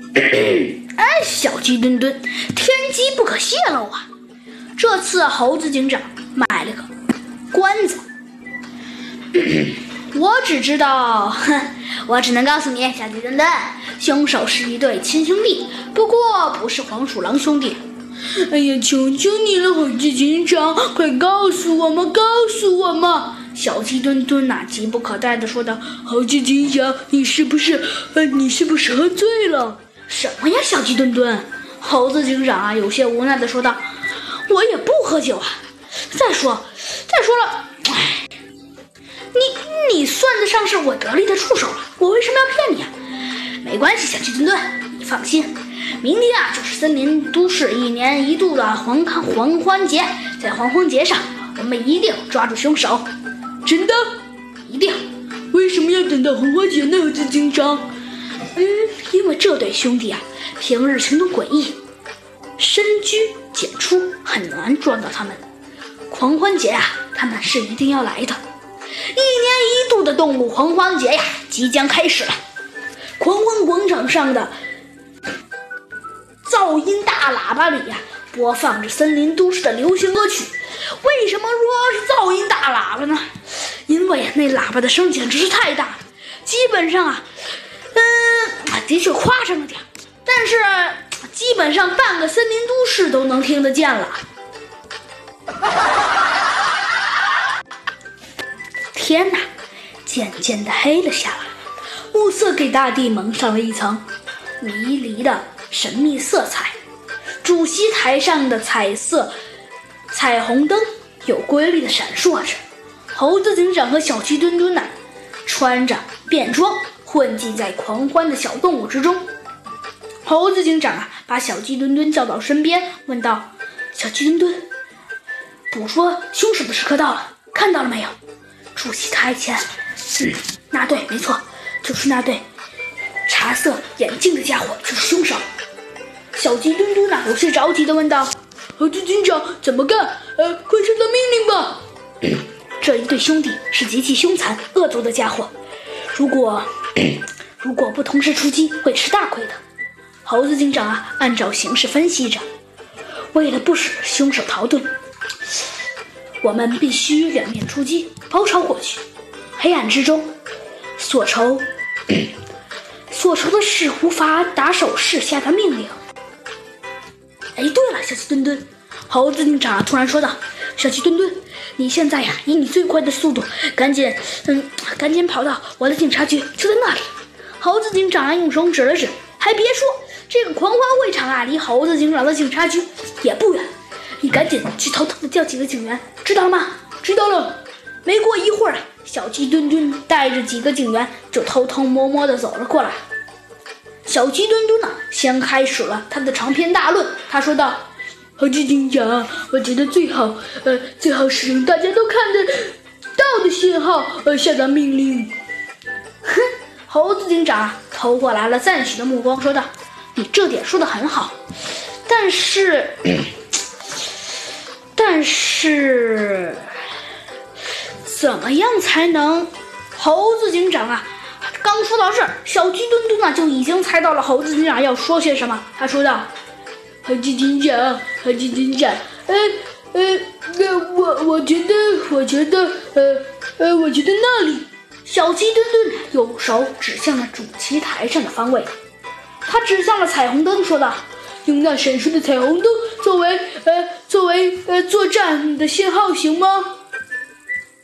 哎，小鸡墩墩，天机不可泄露啊！这次猴子警长卖了个关子。我只知道，我只能告诉你，小鸡墩墩，凶手是一对亲兄弟，不过不是黄鼠狼兄弟。 哎呀，求求你了，猴子警长，快告诉我们，告诉我们！ 小鸡墩墩急不可待地说道：“ 猴子警长，你是不是喝醉了？” 什么呀，小鸡墩墩！猴子警长有些无奈地说道：“我也不喝酒啊。再说了，哎，你算得上是我得力的助手了，我为什么要骗你啊？没关系，小鸡墩墩，你放心，明天就是森林都市1年1度的狂欢节，在狂欢节上，我们一定抓住凶手。” 真的？ 一定。 为什么要等到狂欢节呢，猴子警长？ 因为这对兄弟平日行动诡异，深居简出，很难抓到他们。狂欢节他们是一定要来的。1年1度的动物狂欢节即将开始了。狂欢广场上的噪音大喇叭里播放着森林都市的流行歌曲。为什么说是噪音大喇叭呢？因为那喇叭的声简直是太大了，基本上的确夸张了点，但是基本上半个森林都市都能听得见了。天哪，渐渐的黑了下来，暮色给大地蒙上了一层迷离的神秘色彩。主席台上的彩虹灯有规律的闪烁着。猴子警长和小鸡墩墩穿着便装混迹在狂欢的小动物之中。猴子警长把小鸡墩墩叫到身边，问道：“小鸡墩墩，捕捉凶手的时刻到了，看到了没有？主席台前，那对，没错，就是那对茶色眼镜的家伙，就是凶手。”小鸡墩墩有些着急地问道：“ 猴子警长，怎么干？快收到命令吧！” 这一对兄弟是极其凶残恶毒的家伙，如果不同时出击，会吃大亏的。猴子警长按照形势分析着，为了不使凶手逃遁，我们必须两面出击，包抄过去。黑暗之中，所愁的是无法打手势下的命令。哎，对了，小鸡墩墩，猴子警长突然说道：“小鸡墩墩，你现在以你最快的速度，赶紧跑到我的警察局，就在那里。”猴子警长用手指了指，还别说，这个狂欢会场离猴子警长的警察局也不远。你赶紧去偷偷的叫几个警员，知道了吗？ 知道了。 没过一会儿，小鸡墩墩带着几个警员就偷偷摸摸的走了过来。小鸡墩墩先开始了他的长篇大论。他说道：“ 猴子警长，我觉得最好使用大家都看得到的信号下达命令。” 哼，猴子警长投过来了赞许的目光，说道：“你这点说得很好，但是怎么样才能？”猴子警长刚说到这儿，小鸡墩墩就已经猜到了猴子警长要说些什么。他说道：“ 猴子警长，我觉得那里。” 小鸡墩墩用手指向了主席台上的方位，他指向了彩虹灯，说道：“ 用那闪烁的彩虹灯作为作战的信号，行吗？”